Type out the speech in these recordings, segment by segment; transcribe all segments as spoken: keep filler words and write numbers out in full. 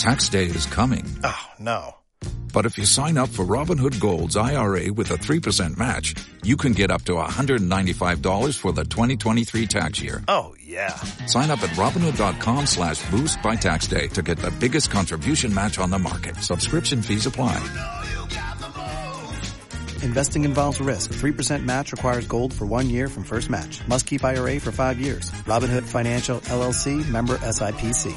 Tax day is coming. Oh, no. But if you sign up for Robinhood Gold's I R A with a three percent match, you can get up to one hundred ninety-five dollars for the twenty twenty-three tax year. Oh, yeah. Sign up at Robinhood.com slash boost by tax day to get the biggest contribution match on the market. Subscription fees apply. Investing involves risk. three percent match requires gold for one year from first match. Must keep I R A for five years. Robinhood Financial, L L C, member S I P C.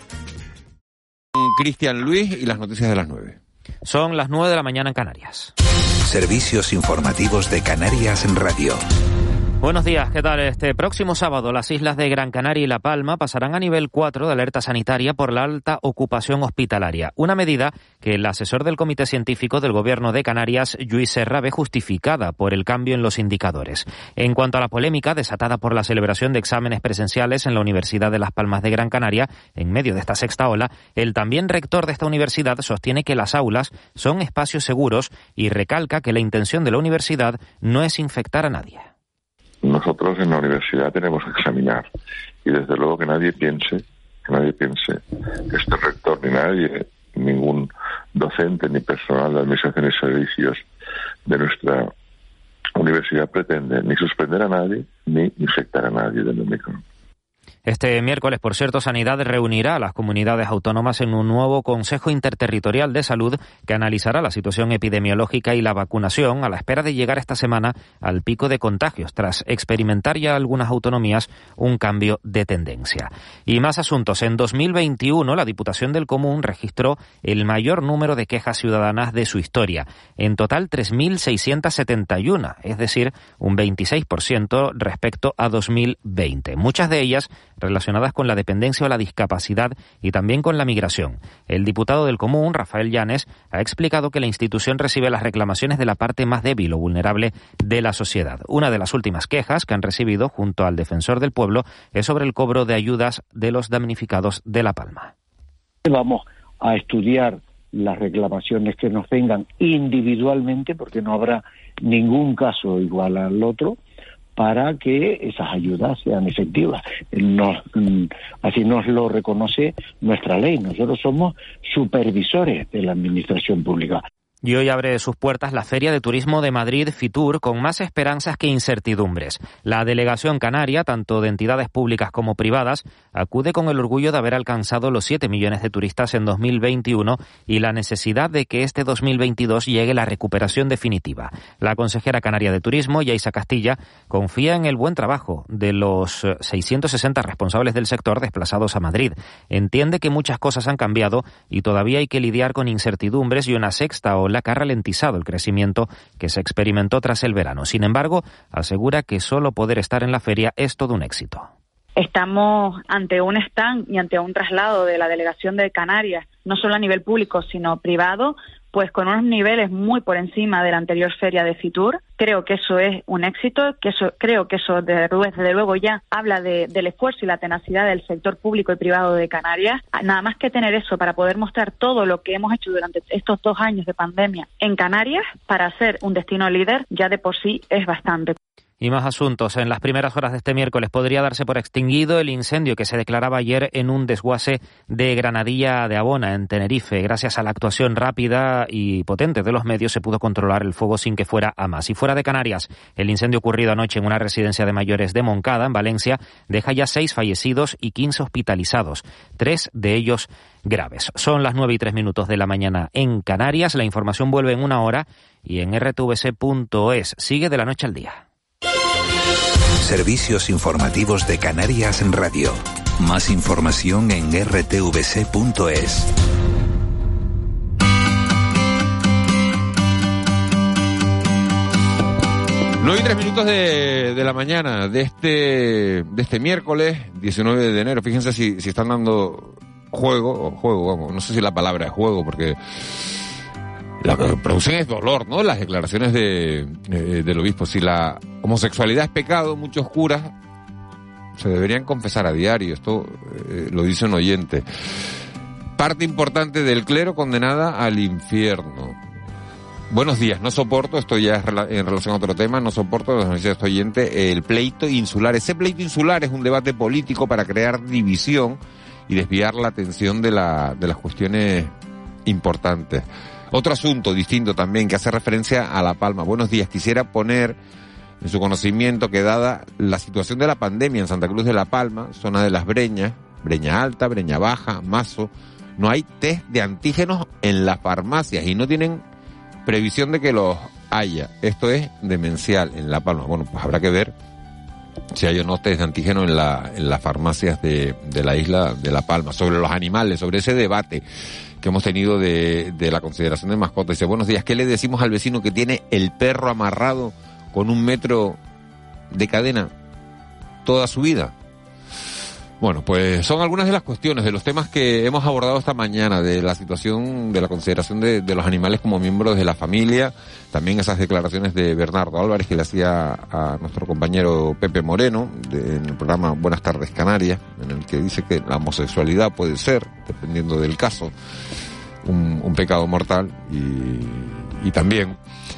Cristian Luis y las noticias de las nueve. Son las nueve de la mañana en Canarias. Servicios informativos de Canarias en Radio. Buenos días, ¿qué tal? Este próximo sábado las islas de Gran Canaria y La Palma pasarán a nivel cuatro de alerta sanitaria por la alta ocupación hospitalaria. Una medida que el asesor del Comité Científico del Gobierno de Canarias, Lluís Serra, ve justificada por el cambio en los indicadores. En cuanto a la polémica desatada por la celebración de exámenes presenciales en la Universidad de Las Palmas de Gran Canaria, en medio de esta sexta ola, el también rector de esta universidad sostiene que las aulas son espacios seguros y recalca que la intención de la universidad no es infectar a nadie. Nosotros en la universidad tenemos que examinar y desde luego que nadie piense, que nadie piense, que este rector ni nadie, ningún docente ni personal de administración y servicios de nuestra universidad pretende ni suspender a nadie ni infectar a nadie del Omicron. Este miércoles, por cierto, Sanidad reunirá a las comunidades autónomas en un nuevo Consejo Interterritorial de Salud que analizará la situación epidemiológica y la vacunación a la espera de llegar esta semana al pico de contagios, tras experimentar ya algunas autonomías un cambio de tendencia. Y más asuntos. En dos mil veintiuno, la Diputación del Común registró el mayor número de quejas ciudadanas de su historia. En total, tres mil seiscientas setenta y uno, es decir, un veintiséis por ciento respecto a dos mil veinte. Muchas de ellas relacionadas con la dependencia o la discapacidad y también con la migración. El diputado del Común, Rafael Llanes, ha explicado que la institución recibe las reclamaciones de la parte más débil o vulnerable de la sociedad. Una de las últimas quejas que han recibido junto al Defensor del Pueblo es sobre el cobro de ayudas de los damnificados de La Palma. Vamos a estudiar las reclamaciones que nos vengan individualmente, porque no habrá ningún caso igual al otro, para que esas ayudas sean efectivas. Nos, así nos lo reconoce nuestra ley. Nosotros somos supervisores de la administración pública. Y hoy abre sus puertas la Feria de Turismo de Madrid, Fitur, con más esperanzas que incertidumbres. La delegación canaria, tanto de entidades públicas como privadas, acude con el orgullo de haber alcanzado los siete millones de turistas en dos mil veintiuno y la necesidad de que este dos mil veintidós llegue la recuperación definitiva. La consejera canaria de Turismo, Yaisa Castilla, confía en el buen trabajo de los seiscientos sesenta responsables del sector desplazados a Madrid. Entiende que muchas cosas han cambiado y todavía hay que lidiar con incertidumbres y una sexta ola que ha ralentizado el crecimiento que se experimentó tras el verano. Sin embargo, asegura que solo poder estar en la feria es todo un éxito. Estamos ante un stand y ante un traslado de la delegación de Canarias, no solo a nivel público, sino privado, pues con unos niveles muy por encima de la anterior feria de Fitur. Creo que eso es un éxito, que eso creo que eso desde, desde luego ya habla de, del esfuerzo y la tenacidad del sector público y privado de Canarias. Nada más que tener eso para poder mostrar todo lo que hemos hecho durante estos dos años de pandemia en Canarias para ser un destino líder, ya de por sí es bastante. Y más asuntos. En las primeras horas de este miércoles podría darse por extinguido el incendio que se declaraba ayer en un desguace de Granadilla de Abona, en Tenerife. Gracias a la actuación rápida y potente de los medios se pudo controlar el fuego sin que fuera a más. Y fuera de Canarias, el incendio ocurrido anoche en una residencia de mayores de Moncada, en Valencia, deja ya seis fallecidos y quince hospitalizados, tres de ellos graves. Son las nueve y tres minutos de la mañana en Canarias. La información vuelve en una hora y en r t v c punto es. Sigue de la noche al día. Servicios informativos de Canarias en Radio. Más información en r t v c punto es. nueve y tres minutos de, de la mañana de este de este miércoles diecinueve de enero. Fíjense si, si están dando juego, o juego, vamos, no sé si la palabra es juego, porque lo que producen es dolor, ¿no? Las declaraciones de, de del obispo. Si la homosexualidad es pecado, muchos curas se deberían confesar a diario. Esto eh, lo dice un oyente. Parte importante del clero condenada al infierno. Buenos días, no soporto, esto ya es en relación a otro tema, no soporto, nos dice este oyente, el pleito insular. Ese pleito insular es un debate político para crear división y desviar la atención de, la, de las cuestiones importantes. Otro asunto distinto también que hace referencia a La Palma. Buenos días, quisiera poner en su conocimiento que dada la situación de la pandemia en Santa Cruz de La Palma, zona de Las Breñas, Breña Alta, Breña Baja, Mazo, no hay test de antígenos en las farmacias y no tienen previsión de que los haya. Esto es demencial en La Palma. Bueno, pues habrá que ver si hay o no test de antígeno en, la, en las farmacias de, de la isla de La Palma. Sobre los animales, sobre ese debate que hemos tenido de, de la consideración de mascotas. Dice, buenos días, ¿qué le decimos al vecino que tiene el perro amarrado con un metro de cadena toda su vida? Bueno, pues son algunas de las cuestiones, de los temas que hemos abordado esta mañana, de la situación, de la consideración de, de los animales como miembros de la familia, también esas declaraciones de Bernardo Álvarez que le hacía a nuestro compañero Pepe Moreno de, en el programa Buenas Tardes Canarias, en el que dice que la homosexualidad puede ser, dependiendo del caso, un, un pecado mortal y, y también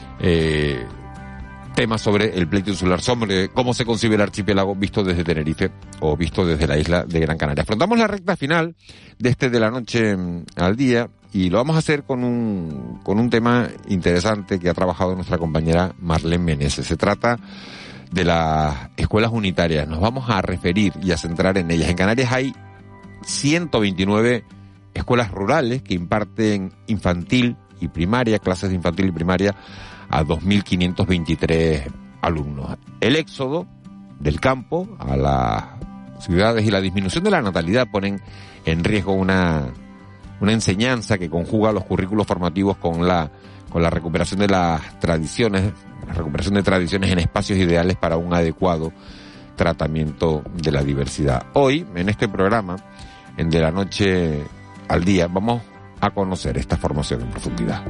eh, temas sobre el pleito insular, sobre cómo se concibe el archipiélago visto desde Tenerife o visto desde la isla de Gran Canaria. Afrontamos la recta final de este de la noche al día y lo vamos a hacer con un, con un tema interesante que ha trabajado nuestra compañera Marlene Meneses. Se trata de las escuelas unitarias. Nos vamos a referir y a centrar en ellas. En Canarias hay ciento veintinueve escuelas rurales que imparten infantil y primaria, clases de infantil y primaria a dos mil quinientos veintitrés alumnos. El éxodo del campo a las ciudades y la disminución de la natalidad ponen en riesgo una, una enseñanza que conjuga los currículos formativos con la, con la recuperación de las tradiciones, la recuperación de tradiciones en espacios ideales para un adecuado tratamiento de la diversidad. Hoy, en este programa, en De la Noche al Día, vamos a conocer esta formación en profundidad.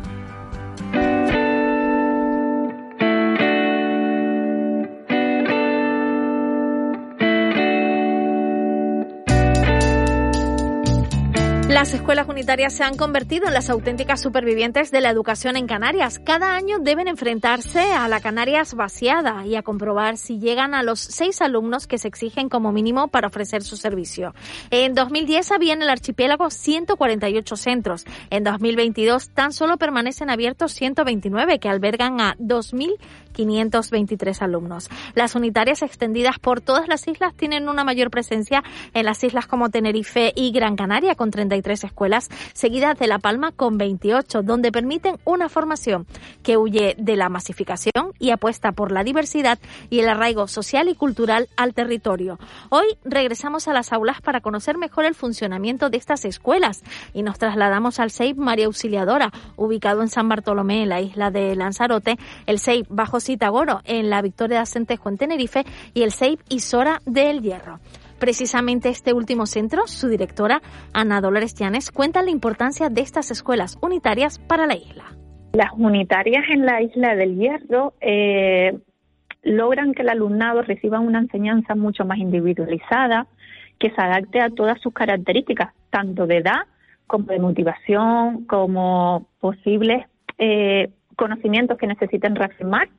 Las escuelas unitarias se han convertido en las auténticas supervivientes de la educación en Canarias. Cada año deben enfrentarse a la Canarias vaciada y a comprobar si llegan a los seis alumnos que se exigen como mínimo para ofrecer su servicio. En dos mil diez había en el archipiélago ciento cuarenta y ocho centros. En dos mil veintidós tan solo permanecen abiertos ciento veintinueve que albergan a dos mil quinientos veintitrés alumnos. Las unitarias extendidas por todas las islas tienen una mayor presencia en las islas como Tenerife y Gran Canaria con treinta y tres escuelas, seguidas de La Palma con veintiocho, donde permiten una formación que huye de la masificación y apuesta por la diversidad y el arraigo social y cultural al territorio. Hoy regresamos a las aulas para conocer mejor el funcionamiento de estas escuelas y nos trasladamos al C E I P María Auxiliadora, ubicado en San Bartolomé, en la isla de Lanzarote, el C E I P Bajo Sitagoro, en la Victoria de Acentejo, en Tenerife, y el C E I P Isora de El Hierro. Precisamente este último centro, su directora, Ana Dolores Llanes, cuenta la importancia de estas escuelas unitarias para la isla. Las unitarias en la isla del Hierro eh, logran que el alumnado reciba una enseñanza mucho más individualizada, que se adapte a todas sus características, tanto de edad como de motivación, como posibles eh, conocimientos que necesiten reafirmar.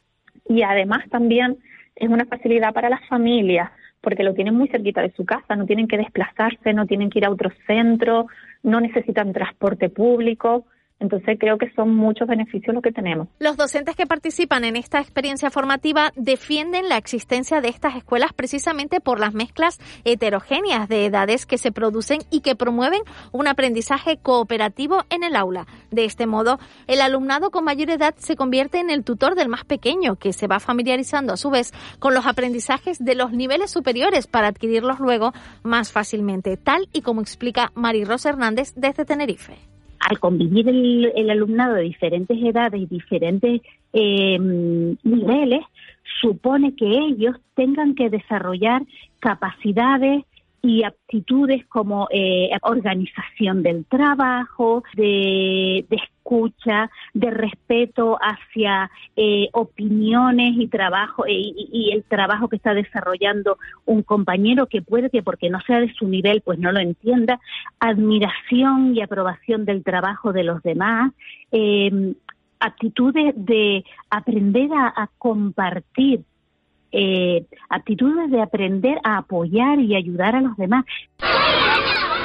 Y además también es una facilidad para las familias, porque lo tienen muy cerquita de su casa, no tienen que desplazarse, no tienen que ir a otro centro, no necesitan transporte público. Entonces creo que son muchos beneficios los que tenemos. Los docentes que participan en esta experiencia formativa defienden la existencia de estas escuelas precisamente por las mezclas heterogéneas de edades que se producen y que promueven un aprendizaje cooperativo en el aula. De este modo, el alumnado con mayor edad se convierte en el tutor del más pequeño, que se va familiarizando a su vez con los aprendizajes de los niveles superiores para adquirirlos luego más fácilmente, tal y como explica Mari Rosa Hernández desde Tenerife. Al convivir el, el alumnado de diferentes edades y diferentes eh, niveles, supone que ellos tengan que desarrollar capacidades y aptitudes como eh, organización del trabajo, de, de escucha, de respeto hacia eh, opiniones y trabajo eh, y, y el trabajo que está desarrollando un compañero que puede que porque no sea de su nivel pues no lo entienda, admiración y aprobación del trabajo de los demás, eh, aptitudes de aprender a, a compartir, Eh, actitudes de aprender a apoyar y ayudar a los demás.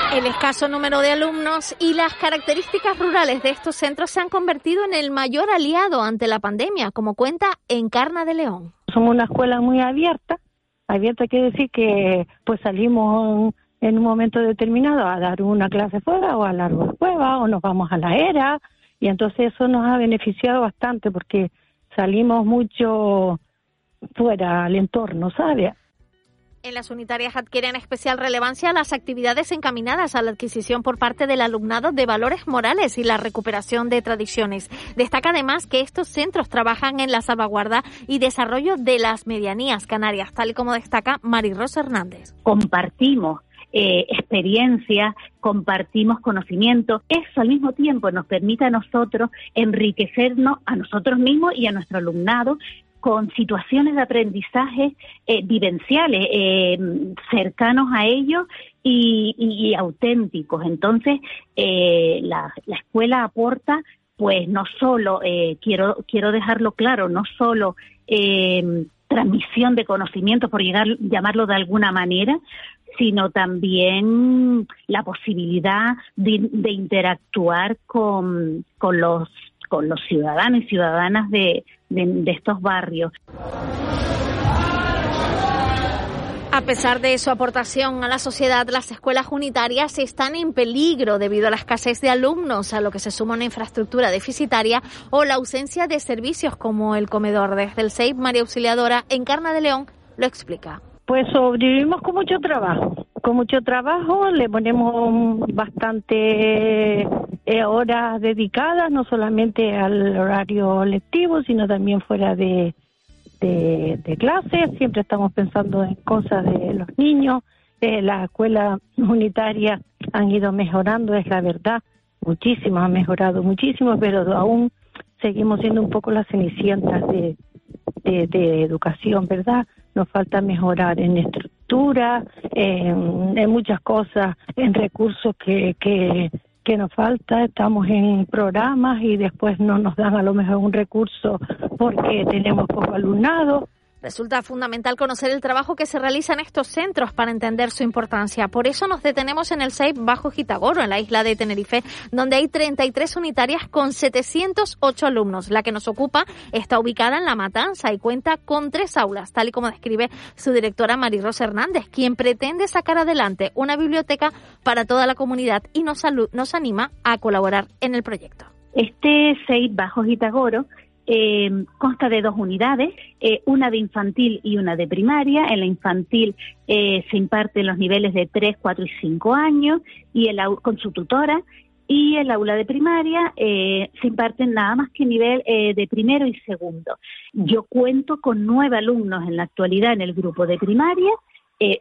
El escaso número de alumnos y las características rurales de estos centros se han convertido en el mayor aliado ante la pandemia, como cuenta Encarna de León. Somos una escuela muy abierta. Abierta quiere decir que pues salimos en un momento determinado a dar una clase fuera o a largo de cueva o nos vamos a la era, y entonces eso nos ha beneficiado bastante porque salimos mucho fuera al entorno, ¿sabes? En las unitarias adquieren especial relevancia las actividades encaminadas a la adquisición por parte del alumnado de valores morales y la recuperación de tradiciones. Destaca además que estos centros trabajan en la salvaguarda y desarrollo de las medianías canarias, tal y como destaca Marirós Hernández. Compartimos eh, experiencias, compartimos conocimiento. Eso al mismo tiempo nos permite a nosotros enriquecernos a nosotros mismos y a nuestro alumnado con situaciones de aprendizaje eh, vivenciales, eh, cercanos a ellos y, y, y auténticos. Entonces, eh, la, la escuela aporta, pues no solo, eh, quiero quiero dejarlo claro, no solo eh, transmisión de conocimientos, por llegar, llamarlo de alguna manera, sino también la posibilidad de, de interactuar con, con los con los ciudadanos y ciudadanas de, de, de estos barrios. A pesar de su aportación a la sociedad, las escuelas unitarias están en peligro debido a la escasez de alumnos, a lo que se suma una infraestructura deficitaria o la ausencia de servicios como el comedor. Desde el S E I P, María Auxiliadora Encarna de León lo explica. Pues sobrevivimos con mucho trabajo, con mucho trabajo, le ponemos bastante eh, horas dedicadas, no solamente al horario lectivo, sino también fuera de, de, de clases. Siempre estamos pensando en cosas de los niños. Eh, las escuelas unitarias han ido mejorando, es la verdad, muchísimas han mejorado, muchísimo, pero aún seguimos siendo un poco las cenicientas de, de, de educación, ¿verdad? Nos falta mejorar en estructura, en, en muchas cosas, en recursos que, que, que nos falta. Estamos en programas y después no nos dan a lo mejor un recurso porque tenemos poco alumnado. Resulta fundamental conocer el trabajo que se realiza en estos centros para entender su importancia. Por eso nos detenemos en el S E I P Bajo Gitagoro, en la isla de Tenerife, donde hay treinta y tres unitarias con setecientos ocho alumnos. La que nos ocupa está ubicada en La Matanza y cuenta con tres aulas, tal y como describe su directora Marirós Hernández, quien pretende sacar adelante una biblioteca para toda la comunidad y nos, nos anima a colaborar en el proyecto. Este S E I P Bajo Gitagoro Eh, consta de dos unidades, eh, una de infantil y una de primaria. En la infantil eh, se imparten los niveles de tres, cuatro y cinco años y el, con su tutora, y el aula de primaria eh, se imparten nada más que nivel eh, de primero y segundo. Yo cuento con nueve alumnos en la actualidad en el grupo de primaria, eh,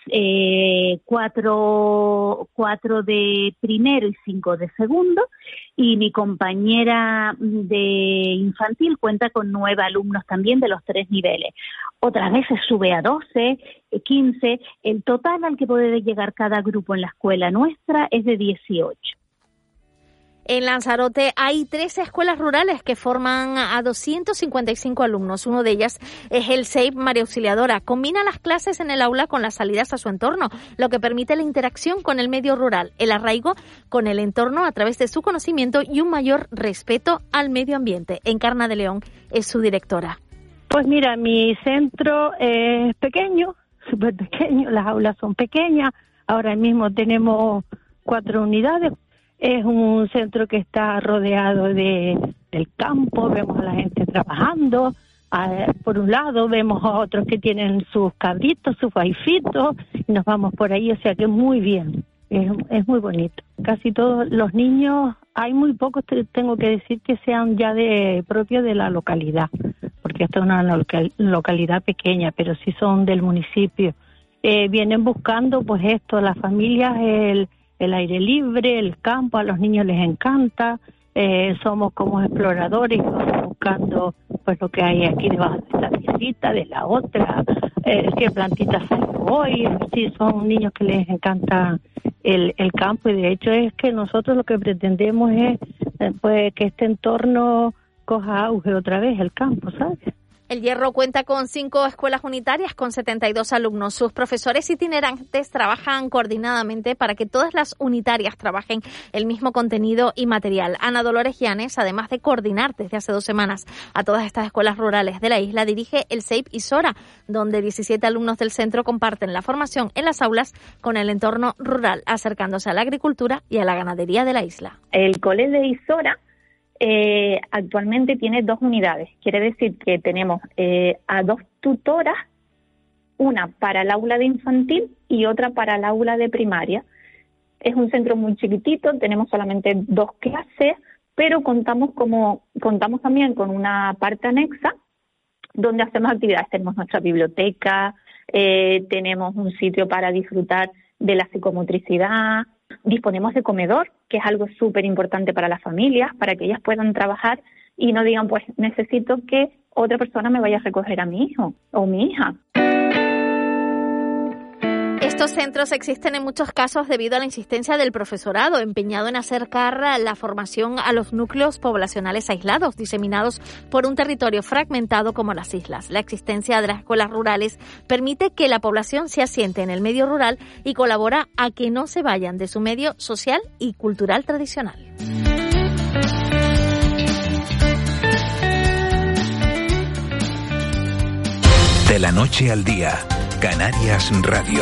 eh, cuatro, cuatro de primero y cinco de segundo, y mi compañera de infantil cuenta con nueve alumnos también de los tres niveles. Otras veces sube a doce, quince. El total al que puede llegar cada grupo en la escuela nuestra es de dieciocho. En Lanzarote hay tres escuelas rurales que forman a doscientos cincuenta y cinco alumnos. Uno de ellas es el S E I P María Auxiliadora. Combina las clases en el aula con las salidas a su entorno, lo que permite la interacción con el medio rural, el arraigo con el entorno a través de su conocimiento y un mayor respeto al medio ambiente. Encarna de León es su directora. Pues mira, mi centro es pequeño, súper pequeño, las aulas son pequeñas. Ahora mismo tenemos cuatro unidades. Es un centro que está rodeado de del campo, vemos a la gente trabajando. A, por un lado vemos a otros que tienen sus cabritos, sus vaifitos, y nos vamos por ahí, o sea que muy bien, es, es muy bonito. Casi todos los niños, hay muy pocos, tengo que decir, que sean ya de propio de la localidad, porque esta es una local, localidad pequeña, pero sí son del municipio. Eh, vienen buscando pues esto, las familias, el el aire libre, el campo, a los niños les encanta. Eh, somos como exploradores, vamos buscando pues lo que hay aquí debajo de esta piedrita, de la otra, eh, qué plantitas hay hoy. Sí, son niños que les encanta el, el campo, y de hecho es que nosotros lo que pretendemos es eh, pues que este entorno coja auge otra vez, el campo, ¿sabes? El Hierro cuenta con cinco escuelas unitarias con setenta y dos alumnos. Sus profesores itinerantes trabajan coordinadamente para que todas las unitarias trabajen el mismo contenido y material. Ana Dolores Llanes, además de coordinar desde hace dos semanas a todas estas escuelas rurales de la isla, dirige el C E I P Isora, donde diecisiete alumnos del centro comparten la formación en las aulas con el entorno rural, acercándose a la agricultura y a la ganadería de la isla. El cole de Isora Eh, actualmente tiene dos unidades. Quiere decir que tenemos eh, a dos tutoras, una para el aula de infantil y otra para el aula de primaria. Es un centro muy chiquitito, tenemos solamente dos clases, pero contamos como contamos también con una parte anexa donde hacemos actividades. Tenemos nuestra biblioteca, eh, tenemos un sitio para disfrutar de la psicomotricidad. Disponemos de comedor, que es algo súper importante para las familias, para que ellas puedan trabajar y no digan, pues necesito que otra persona me vaya a recoger a mi hijo o mi hija. Estos centros existen en muchos casos debido a la insistencia del profesorado, empeñado en acercar la formación a los núcleos poblacionales aislados, diseminados por un territorio fragmentado como las islas. La existencia de las escuelas rurales permite que la población se asiente en el medio rural y colabora a que no se vayan de su medio social y cultural tradicional. De la noche al día, Canarias Radio.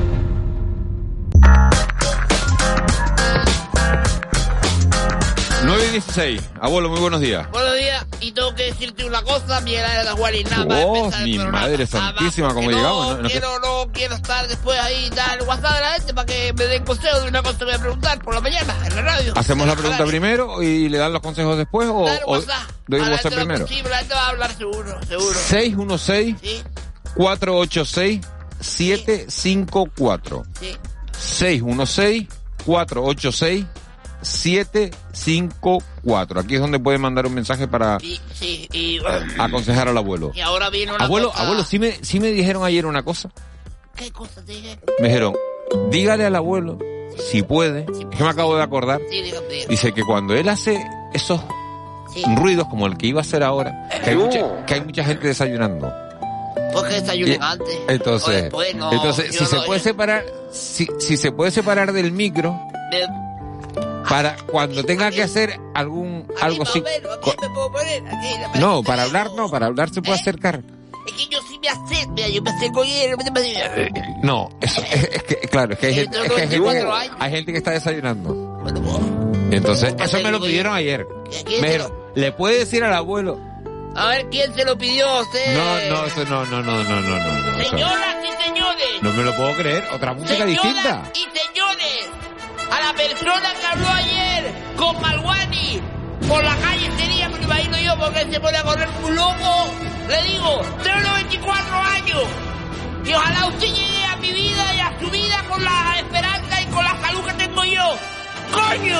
nueve y dieciséis. Abuelo, muy buenos días. Buenos días, y tengo que decirte una cosa, Miguel Ángel Juan, y nada más. Oh, mi madre santísima, ¿cómo llegamos? No, no, no, quiero, no quiero estar después ahí, dar el WhatsApp de la gente para que me den consejo de una cosa que voy a preguntar por la mañana en la radio. ¿Hacemos la pregunta primero y le dan los consejos después o, o doy el WhatsApp primero? Sí, la gente va a hablar seguro, seguro. seis uno seis, cuatro ocho seis, siete cinco cuatro. Sí. seis uno seis, cuatro ocho seis, siete cinco cuatro. Aquí es donde puede mandar un mensaje para sí, sí, y, aconsejar al abuelo. Y ahora viene una Abuelo, cosa. abuelo, sí me, sí me dijeron ayer una cosa. ¿Qué cosa te dije? Me dijeron, dígale al abuelo, si puede, Sí, es que me acabo de acordar, Sí, dígame, dígame. dice que cuando él hace esos Sí. ruidos como el que iba a hacer ahora, que hay, mucha, que hay mucha gente desayunando. Porque desayunen Y- antes. Entonces, O después, no, entonces yo si se no- puede yo- separar, si, si se puede separar del micro de- para cuando tenga que hacer algún aquí algo más así. o menos, aquí me puedo poner, aquí la- No, para hablar no, para hablar se puede ¿Eh? acercar. Es que yo sí me acerco, mira, yo me acerco y de repente me digo, No, eso, es, es que claro, es que hay Sí, gente, tengo es que hay gente, veinticuatro años. hay gente que está desayunando. bueno, pues, Entonces, Pues eso te me lo digo pidieron yo. ayer. ¿Qui- quién Me se dijeron, ¿le puede decir al abuelo? a ver, ¿quién se lo pidió a usted? No, no, eso no, no, no, no, no, no. no, eso- Señoras y señores. no me lo puedo creer. Otra música Señoras distinta. y señores, a la persona que habló ayer con Malwani por la calle sería, me lo imagino yo, porque él se pone a correr un loco, le digo, tengo veinticuatro años y ojalá usted llegue a mi vida y a su vida con la esperanza y con la salud que tengo yo. ¡Coño!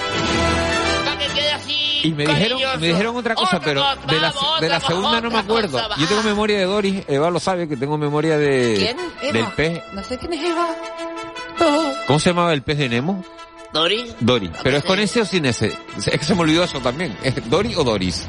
Para que quede así. Y me dijeron, cariñoso. me dijeron otra cosa, Otra pero cosa, de la, vamos, de la otra segunda no me cosa, acuerdo. cosa, Yo tengo va. memoria de Doris, Eva lo sabe, que tengo memoria de ¿Quién? Eva. del pez. No sé quién es Eva. ¿Cómo se llamaba el pez de Nemo? Dori. Dory. Pero es con Sí. ese o sin ese. Es que se me olvidó eso también. ¿Es Dory o Doris?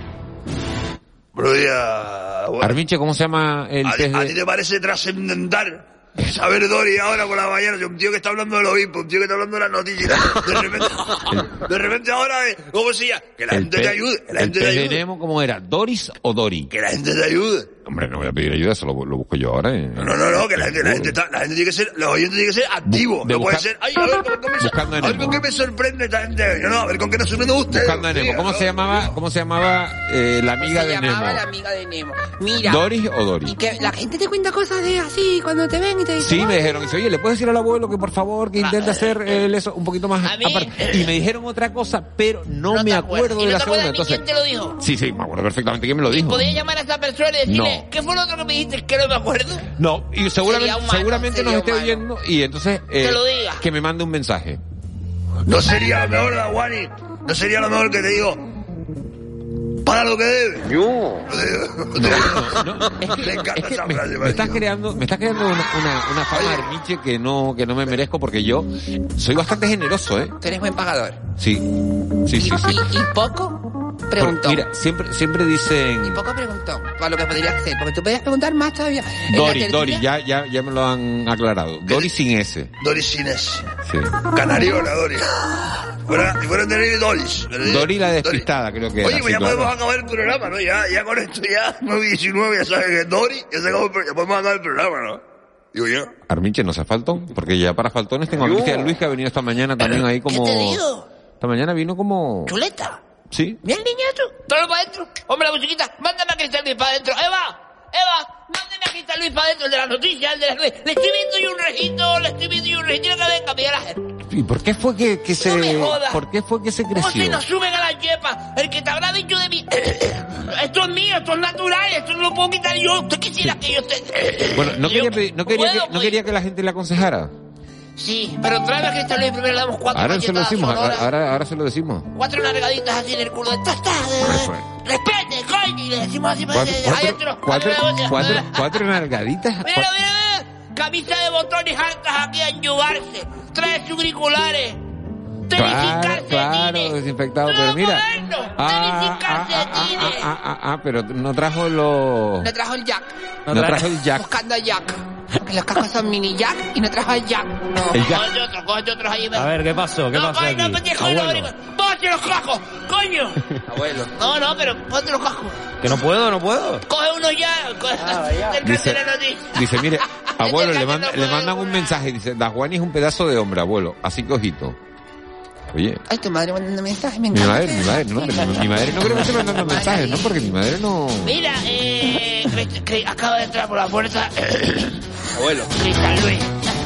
Buenos días. Bueno, Arminche, ¿cómo se llama el ¿a, pez a ti de...? te parece trascendental saber, Dori, ahora por la mañana, un tío que está hablando del obispo, un tío que está hablando de las noticias, de repente, de repente ahora, eh, ¿cómo se llama? Que la El gente pez- te ayude, que la el gente te pez de ayude, Nemo, ¿cómo era? ¿Doris o Dory? que la gente te ayude. Hombre, no voy a pedir ayuda, eso lo, lo busco yo ahora. eh. No, no, no, no, que la gente, la gente está, la gente tiene que ser, los oyentes tienen que ser activos, de no puede buscar- ser, ay, a ver, con qué me, Buscando a a ver Nemo. con qué me sorprende esta gente, no, no, a ver con qué nos sorprende usted. Buscando a Nemo. ¿Cómo se llamaba, cómo se llamaba eh, la amiga se de llamaba Nemo? la amiga de Nemo. Mira. ¿Doris o Dory? Y que la gente te cuenta cosas de así cuando te ven y te dicen. Sí, me "Ay, dijeron, dice, oye, ¿le puedes decir al abuelo que por favor que intente hacer eh, eso un poquito más A mí- aparte? Y me dijeron otra cosa, pero no, No me te acuerdo acuerdas. ¿Y de no la te segunda. acuerdas ni Entonces, quién te lo dijo? sí, sí, me acuerdo perfectamente quién me lo dijo. ¿Podría llamar a esa persona y decirle, No. ¿qué fue lo otro que me dijiste que no me acuerdo? No, y seguramente, Sería humano, seguramente nos sería esté humano. oyendo y entonces eh, Que lo diga. que me mande un mensaje. No sería lo mejor, Daguani, no sería lo mejor que te digo, para lo que debe. Yo. No, No, es que, me encanta es que esa me, frase, me estás Mario. creando, me estás creando una, una, una fama, Armiche, que no, que no me merezco porque yo soy bastante generoso, ¿eh? Tú eres buen pagador. Sí, sí, sí, sí. ¿Y, y poco? preguntó. Mira, siempre, siempre dicen... Y poco preguntó, para lo que podría ser, porque tú podías preguntar más todavía. En Dori, la Dori, tertulia- ya, ya, ya me lo han aclarado. Dori sin S. Dori sin S. Sí. Canariona, Dori. Fuera, si fuera a tener Doris. Dori la despistada, creo que Oye, era. pues ya sí, claro. podemos acabar el programa, ¿no? Ya, ya con esto, ya, nueve y diecinueve, ya sabes que es Dori, ya, se acabó el pro- ya podemos acabar el programa, ¿no? Digo yo. Arminche, no se faltón, porque ya para faltones tengo a Yo. Cristian Luis, que ha venido esta mañana también ahí como... ¿Qué te digo? Esta mañana vino como... Chuleta. Sí. Mira el niñato. Todo para adentro. Hombre, la musiquita. Mándame a Cristian Luis para adentro. Eva. Eva. Mándame a Cristian Luis para adentro. El de las noticias, el de las... Le estoy viendo y un registro. Le estoy viendo y un registro. Que venga, Miguel Ángel. ¿Y por qué fue que, que se... No me jodas. ¿Por qué fue que se ¿Cómo se creció? nos suben a la yepa? El que te habrá dicho de mí. Esto es mío, esto es natural, esto no lo puedo quitar yo. ¿Usted quisiera que yo esté...? Bueno, no Yo quería, pedir- no, quería puedo, que, no quería que la gente le aconsejara. Sí, pero tráeme a Cristian Luis primero, le damos cuatro Ahora se lo cachetadas decimos, sonoras, ahora, ahora, ahora se lo decimos. cuatro nargaditas así en el culo de tasta. Respete, coño, y le decimos así para Cuatro, ahí cuatro, adentro. cuatro, Mira, cuatro, cuatro nalgaditas. mira, mira, camisa de botones altas aquí a enlluvarse. Trae sus auriculares. Tenis sin Claro, calcetines. claro, desinfectado, pero mira. Moderno, tenis sin Ah, ah, ah, calcetines. ah, ah, ah, pero no trajo los... No trajo el Jack. No trajo el jack. Buscando el Jack. Porque los cascos son mini Jack y no trajo el Jack. No. El jack. Coge otro, coge otros ahí. A ver, ¿qué pasó? ¿Qué no, pasó coge, aquí? no, pendejo, no, Abuelo. marico. Póngate los cascos, coño. Abuelo. No, no, pero ponte los cascos. Que no puedo, no puedo. Coge uno ya. Coge del Dice, de la noticia. dice, mire, abuelo, Este le, cacho manda- no le puede mandan un mensaje. Dice, Dajuani es un pedazo de hombre, abuelo. Así que ojito. Oye, Ay, tu madre mandando mensajes, me mi encanta. madre, mi madre, no, mi, mi madre no creo que esté mandando mensajes, ¿no? Porque mi madre no... Mira, eh, que, que acaba de entrar por la puerta. Abuelo. Cristian Luis.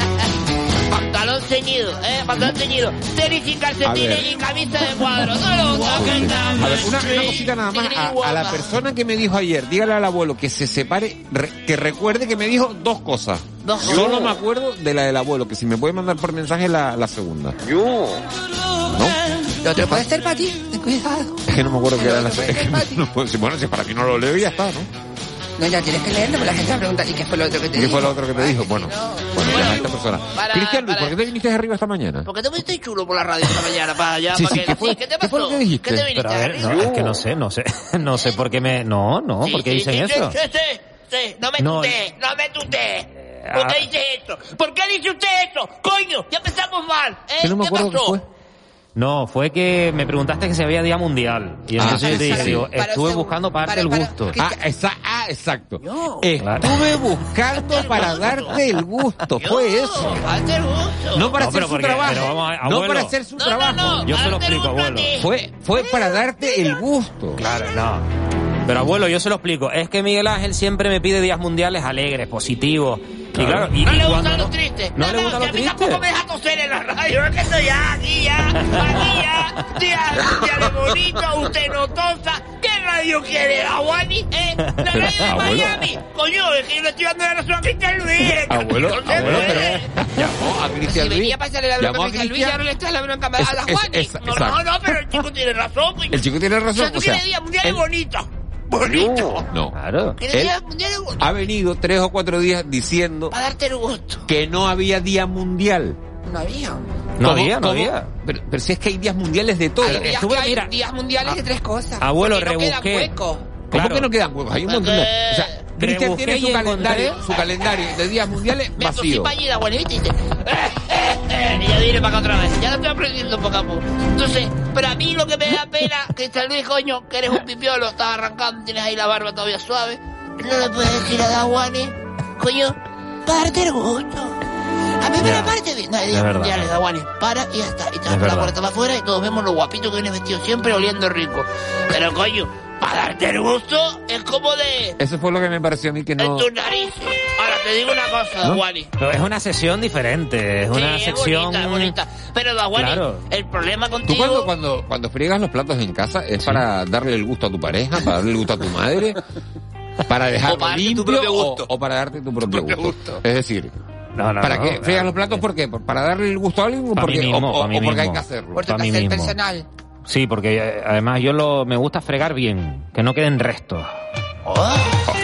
Pantalón ceñido, eh, pantalón ceñido. Tenis sin A calcetines ver. y camisa de cuadro. No lo toquen A ver, una, una cosita nada más. A, a la persona que me dijo ayer, dígale al abuelo que se separe, re- que recuerde que me dijo dos cosas. Dos Solo cosas. me acuerdo de la del abuelo, que si me puede mandar por mensaje la, la segunda. ¿No? Lo otro puede ser para ti, ten cuidado. Es que no me acuerdo que era la Puede ser para ti. no puedo- Bueno, si para mí no lo leo y ya está, ¿no? No, ya tienes que leerlo, porque la gente va a preguntar, ¿y qué fue lo otro que te ¿Y qué dijo? fue lo otro que te dijo? Bueno, bueno, ya esta persona. para- Cristian Luis, para- ¿por qué te viniste arriba esta mañana? ¿Por qué te viniste chulo por la radio esta mañana? Para allá, Sí, para sí, que, ¿qué fue- ¿qué te qué pasó? fue lo que dijiste? ¿Qué te viniste Pero a ver, arriba? no, es que no sé, no sé. No sé por qué me... No, no, Sí, ¿por qué sí, dicen sí, eso? Sí, sí, sí, no me No. tutees, no me tutees. ¿Por ah. qué dice esto? ¿Por qué dice usted esto? Coño, ya empezamos mal. ¿Eh? Que no me ¿Qué acuerdo qué pasó? fue. No, fue que me preguntaste que si había Día Mundial. Y Ah, entonces sí, yo te sí, dije, sí. digo, Para estuve seg- buscando para darte el para- gusto. para- Ah, esa, ah, exacto. No. Estuve buscando para darte el gusto, fue eso. Hazte el gusto. No para No, hacer pero su porque- trabajo. pero vamos a- no abuelo. para hacer su No, trabajo. no, no. Yo se lo hazte el explico, gusto a abuelo. ti. Fue, fue para darte el gusto. Claro, no. Pero abuelo, yo se lo explico. Es que Miguel Ángel siempre me pide días mundiales alegres, positivos. Y claro, y, No y le cuando gustan no- los tristes. No le gustan que los a mí tristes. tampoco me deja toser en la radio. Es que estoy ya, aquí ya, aquí ya. Día, día de bonito, usted no tosa. ¿Qué radio quiere, la Wani? ¿Eh? La radio de Abuelo. Miami. Coño, es que yo le estoy dando la razón a Cristian Luis. Abuelo, No se abuelo, puede. pero llamó a Si Cristian Luis. venía a pasarle la bronca Llamó a a Cristian Luis, ya no Cristian. le estás la bronca a Es- la es- Juani. es- No, no, exacto. no, pero el chico tiene razón. coño. El chico tiene O razón. sea, tú O sea, quieres días mundiales él- bonitos. Bonito. No. Claro. ¿Quieres Él días mundiales bonitos? ha venido tres o cuatro días diciendo Para darte el gusto. que no había día mundial. No había. No ¿Cómo- había, no cómo? había. Pero, pero si es que hay días mundiales de todo. Hay días, estuve- que hay mira, días mundiales de tres cosas. abuelo, porque no queda rebusqué. hueco. ¿Cómo Claro. que no quedan huevos? Hay un montón de... O sea, Cristian Rebusqué tiene y su calendario, encontré- su calendario de días mundiales Me tosí vacío. para allí, bueno, ¿viste? Y dice, eh, eh, eh, y ya viene para acá otra vez. Ya lo estoy aprendiendo poco a poco. Entonces, pero a mí lo que me da pena, Cristian Luis, coño, que eres un pipiolo, estás arrancando, tienes ahí la barba todavía suave. No le puedes decir a Daguani, coño, para darte el gusto. A mí me Ya. la parece bien. No, hay Es días verdad. mundiales, Daguani, para y ya está. Y te vas Es por la verdad. puerta para afuera y todos vemos lo guapito que viene vestido siempre oliendo rico. Pero, coño, para darte el gusto es como de... Eso fue lo que me pareció a mí que en no... tus narices. Ahora, te digo una cosa, ¿No? Daguani. Pero es una sesión diferente, es una Sí, sección... es bonita, es bonita. Pero, Daguani, Claro. el problema Tú contigo... cuando, cuando, cuando friegas los platos en casa es para darle el gusto a tu pareja, para darle el gusto a tu madre, para dejarlo O para darte tu limpio propio o, gusto. o para darte tu propio, propio gusto. gusto. Es decir, No, no, ¿para no, qué claro. friegas los platos? ¿Por qué? ¿Para darle el gusto a alguien o Pa' porque, mí mismo, o, o- pa' mí o porque hay mismo. que hacerlo? Por tu Pa' mí placer mismo. personal. Sí, porque eh, además yo lo me gusta fregar bien, que no queden restos. Oh, tal-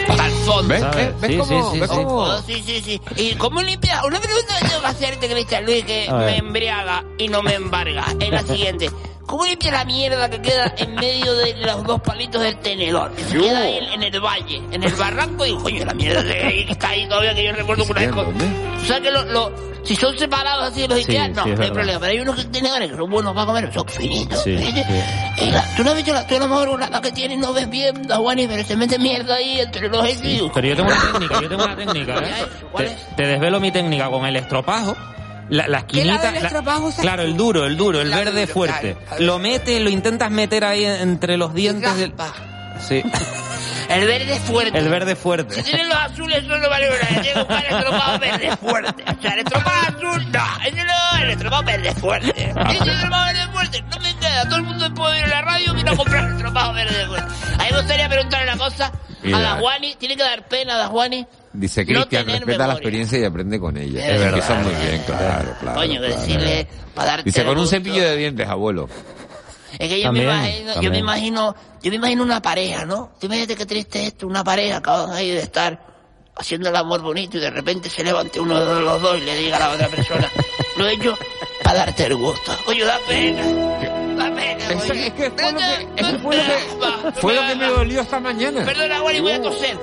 fondo. ¿Ves? ¿Ves? ¿Ves Sí, cómo? sí, ¿Ves sí, cómo? Oh, sí, sí, sí. ¿Y cómo limpias? Una pregunta que tengo que hacerte, Cristian Luis, que A ver. me embriaga y no me embarga. Es la siguiente. ¿Cómo limpias la mierda que queda en medio de los dos palitos del tenedor? Que se Yo. queda ahí en, en el valle, en el barranco, y coño, la mierda que hay, que está ahí todavía, que yo recuerdo que una vez... ¿Dónde? ¿Tú sabes que lo, lo, si son separados así los Sí, Ikea? sí, No, es no hay verdad. problema. Pero hay unos que tenedores que son buenos para comer, son finitos. Sí, ¿viste? sí. Y la- tú no has visto la, tú a lo mejor una que tienes no ves bien, Juanis, pero se mete mierda ahí entre los equis. Pero yo tengo una técnica, yo tengo una técnica, ¿eh? ¿Cuál Te, es? te desvelo mi técnica con el estropajo. La, la ¿Qué lado esquinita, del la- estropajo usas claro, tú? el duro, el duro, el La verde duro, fuerte. claro. Lo metes, lo intentas meter ahí entre los dientes del... Raspa. Sí, El verde es fuerte. el verde Si fuerte. tienen los azules, eso no vale nada. Tiene que buscar el estropado verde fuerte. O sea, el estropado azul, no. Ese no, el estropado verde fuerte. Ese estropado verde fuerte, no me queda. Todo el mundo puede ir a la radio y vino a comprar el estropado verde fuerte. A mí me gustaría preguntarle una cosa. Mira. A Dajuani, tiene que dar pena a Dajuani. Dice No Cristian, tener respeta la memoria. experiencia y aprende con ella. Es verdad, Empieza muy es bien, claro, claro. Coño, que claro. decirle para darte Dice, el con un gusto. cepillo de dientes, abuelo. Es que yo También, me imagino, yo también. me imagino, yo me imagino una pareja, ¿no? Tú imagínate qué triste es esto, una pareja, acaban ahí de estar haciendo el amor bonito y de repente se levante uno de los dos y le diga a la otra persona, lo he hecho para darte el gusto. Oye, da pena. Da pena, Es, oye. es que fue lo que, es que fue lo Va, que, fue lo va, que me va. dolió esta mañana. Perdona, Wally, voy a toser.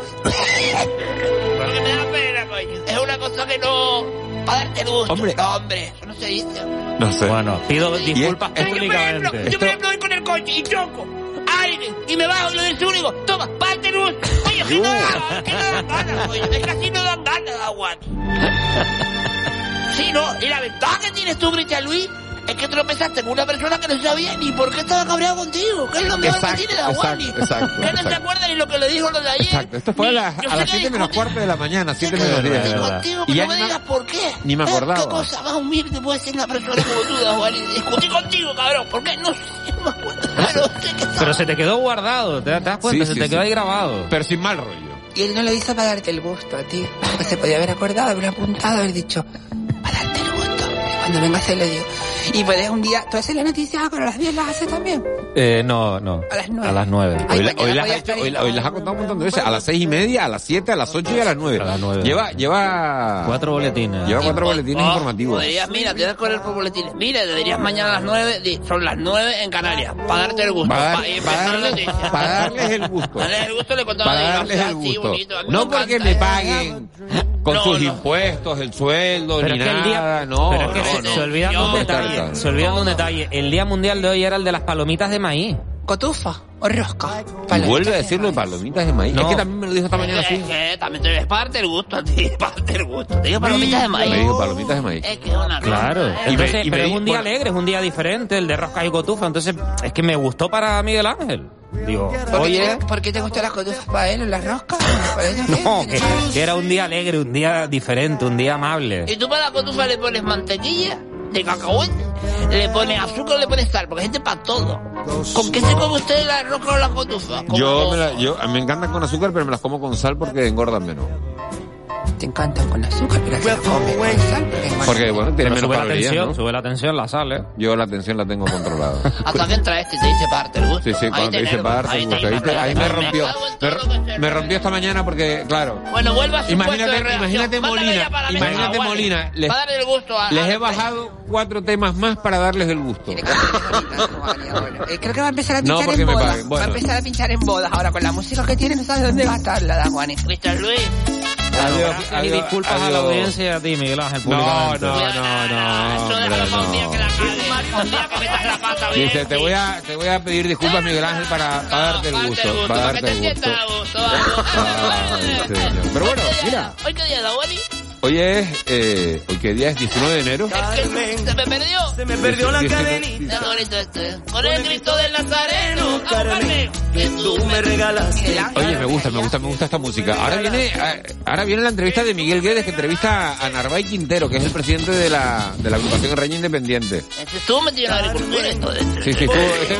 Porque me da pena, coño. Es una cosa que no... Para darte el gusto. Hombre. No, hombre, eso no se dice. No sé. Bueno, pido disculpas Y es- Yo, por ejemplo, públicamente. yo, por ejemplo, voy con el coche y choco a alguien y me bajo y le digo, único, toma, parte luz. Oye, que no da, que no dan ganas, oye. Es que así no dan ganas, Aguante. Sí, no, y la ventaja que tienes tú, Cristian Luis, es que tropezaste con una persona que no sabía ni por qué estaba cabreado contigo. Que es lo mejor Exacto, que tiene Dajuani. exacto, exacto, Que no se exacto. acuerda ni lo que le dijo lo de ayer. Exacto. Esto fue a, Ni- las- yo a sé las que siete menos discutí- cuarto de la mañana, siete que menos discutí diez. verdad. contigo, Y que ya no me ni me- digas por qué. ni me Eh, acordaba. ¿Qué cosa más humilde puede ser una persona como tú, Dajuani? Discutí contigo, cabrón. ¿Por qué? No sé, no me acuerdo. Pero sé que Pero se te quedó guardado, ¿te, te das cuenta? Sí, se sí, te sí. quedó ahí grabado. Pero sin mal rollo. Y él no lo hizo para darte el gusto a ti. Porque se podía haber acordado, haber apuntado, haber dicho, para darte el gusto. Y cuando venga se lo digo. Y puedes un día, tú haces la noticia, pero a las diez las haces también. Eh, no, no. A las nueve. A las nueve. Ay, Hoy, la- mañana hoy las, podía ha hecho- estar hoy, la- hoy las ha contado un montón de veces. A las seis y media, a las siete, a las ocho y a las nueve. A las nueve. Lleva, lleva... Cuatro boletines. Lleva cuatro boletines Oh, informativos. Podrías, mira, tienes que correr por boletines. Mira, deberías mañana a las nueve, di- son las nueve en Canarias, para darte el gusto. Para, pa- dar- y para empezar la darles, noticia. para darles el gusto. Darles el gusto le contaba Para de darles el así, gusto. bonito. A mí No me porque encanta. me paguen con No, sus no. impuestos, el sueldo, Pero ni es que el día, nada. No, pero es que no, se, no. se olvidan de un Yo- detalle. Se olvidan de un detalle. El Día Mundial de hoy era el de las palomitas de maíz. Cotufa o rosca. Y vuelve a decirlo de palomitas de maíz. No. Es que también me lo dijo esta mañana Es así. que también te ves parte del gusto a ti, parte del gusto. Te digo palomitas de maíz. Me dijo palomitas de maíz. Es que es una cosa. Claro. ¿eh? Y me- Entonces, y me pero es di- un día bueno. alegre, es un día diferente, el de roscas y cotufa. Entonces, es que me gustó para Miguel Ángel. Digo, ¿Por qué, oye, te, ¿Por qué te gustan las cotufas para él o las roscas? ¿Para ella qué? no, que, que era un día alegre, un día diferente, un día amable. Y tú para la cotufa le pones mantequilla de cacahuete, le pones azúcar o le pones sal, porque hay gente para todo. ¿Con qué se come usted la rosca o la cotufa? ¿Con Yo qué? me, la- yo me encantan con azúcar, pero me las como con sal porque engordan menos. Te encantan con azúcar, pero se las come con sal. Porque, bueno, tiene Pero menos sube la calorías, tensión, ¿no? sube la tensión, la sal, ¿eh? Yo la tensión la tengo controlada. Hasta que entra este y te dice parte el gusto. Sí, sí, Ahí cuando te dice enerva, para darte ahí el te gusto. Ahí, te- ahí me enerva. rompió. cago en Me, todo lo que se me arregla. rompió esta mañana porque, claro. Bueno, vuelva a su puesto de Imagínate, reacción. imagínate Mándame Molina, ya para la mesa, imagínate Wally, Molina, les, para darle el gusto a- les a- he bajado cuatro temas más para darles el gusto. Tiene canciones bonitas, Wally, ahora. Eh, creo que va a empezar a No, pinchar porque en me bodas. paguen. Bueno. Va a empezar a pinchar en bodas ahora con la música que tiene, no sabe dónde gastarla, da Juaní. Cristian Luis. Adiós, Gracias y adiós, disculpas a la adiós. audiencia y a ti, Miguel Ángel, No, públicamente. no, no, no, Eso hombre, déjalo para un día que la no. cague, para un día que metas la pata bien. Dice, te voy a, te voy a pedir disculpas, Miguel Ángel, para, para darte el gusto. Para Para que darte te el gusto. sientas a gusto. vamos. Ay, señor. Pero bueno, Hoy qué día mira. era, Hoy qué día da, Wally. Hoy es, eh, hoy qué día es diecinueve de enero. Es que se me perdió. Se me perdió la Está bonito este. Con el Cristo del Nazareno. Carmen, que tú me regalaste. Oye, me gusta, me gusta, me gusta esta música. Ahora viene, eh, ahora viene la entrevista de Miguel Guedes, que entrevista a Narváez Quintero, que es el presidente de la, de la agrupación Reña Independiente. Este estuvo metido en la agricultura y todo esto. Sí, sí, estuvo, ese-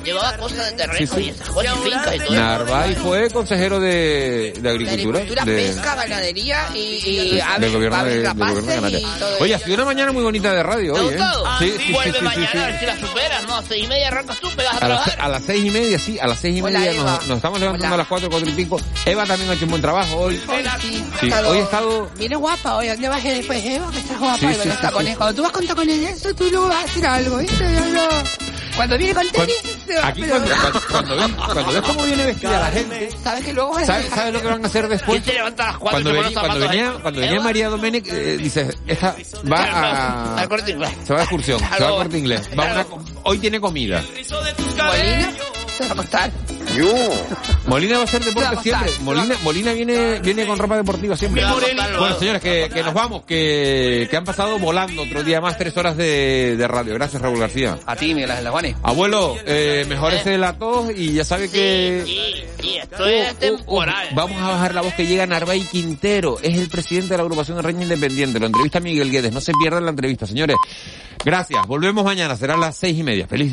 llevaba cosas de terreno Sí, sí. y esas cosas, y fincas y todo. Narváez fue consejero de, de Agricultura. Agricultura, de, pesca, ganadería y, y del aves, gobierno de, aves del rapaces gobierno de Canarias. y todo Oye, ha eso. sido una mañana muy bonita de radio ¿Te hoy, ¿eh? gustó? Sí, sí, Vuelve sí, sí, mañana sí, a ver si la superas, ¿no? A seis y media arrancas tú, pegas a A las, trabajar. a las seis y media, sí, a las seis y Hola, media Eva. nos, nos estamos levantando Hola. a las cuatro, cuatro y pico. Eva también ha hecho un buen trabajo hoy. Hola, sí. Sí, Estado- hoy he estado... Viene guapa hoy. ¿Dónde vas después, Eva? Que estás guapa. Sí, y sí, con los sí, tacones. sí. Cuando tú vas con tacones de eso, tú luego vas a decir algo, ¿viste? Ya no. Cuando viene con tenis, se va, Aquí pero- cuando, cuando, cuando ves, cuando ves cómo viene vestida la gente, ¿Sabes que luego vas a ¿sabes, dejar- ¿sabes lo que van a hacer después? ¿Quién se levanta a las cuatro Cuando, y se veni- pone cuando zapatos venía, ahí? cuando venía Eva. María Domènech, eh, dice, esta va a... Al Corte Inglés. Se va de excursión, se va Claro. a Corte Inglés. Va a una co- hoy tiene comida. Molina, te va a costar. Molina va a hacer Se va deporte a costar, siempre. se va a Molina, Molina viene, viene con ropa deportiva siempre. Se va a costar, Bueno, lo- señores, que, que nos vamos, que, que han pasado volando otro día más, tres horas de, de radio. Gracias, Raúl García. A ti, Miguel Ángel Juanes. Abuelo, eh, mejorese la tos y ya sabe que... Sí, sí, esto es temporal. Vamos a bajar la voz que llega Narváez Quintero. Es el presidente de la agrupación de Reña Independiente. Lo entrevista Miguel Guedes. No se pierdan la entrevista, señores. Gracias. Volvemos mañana. Serán las seis y media. Feliz día.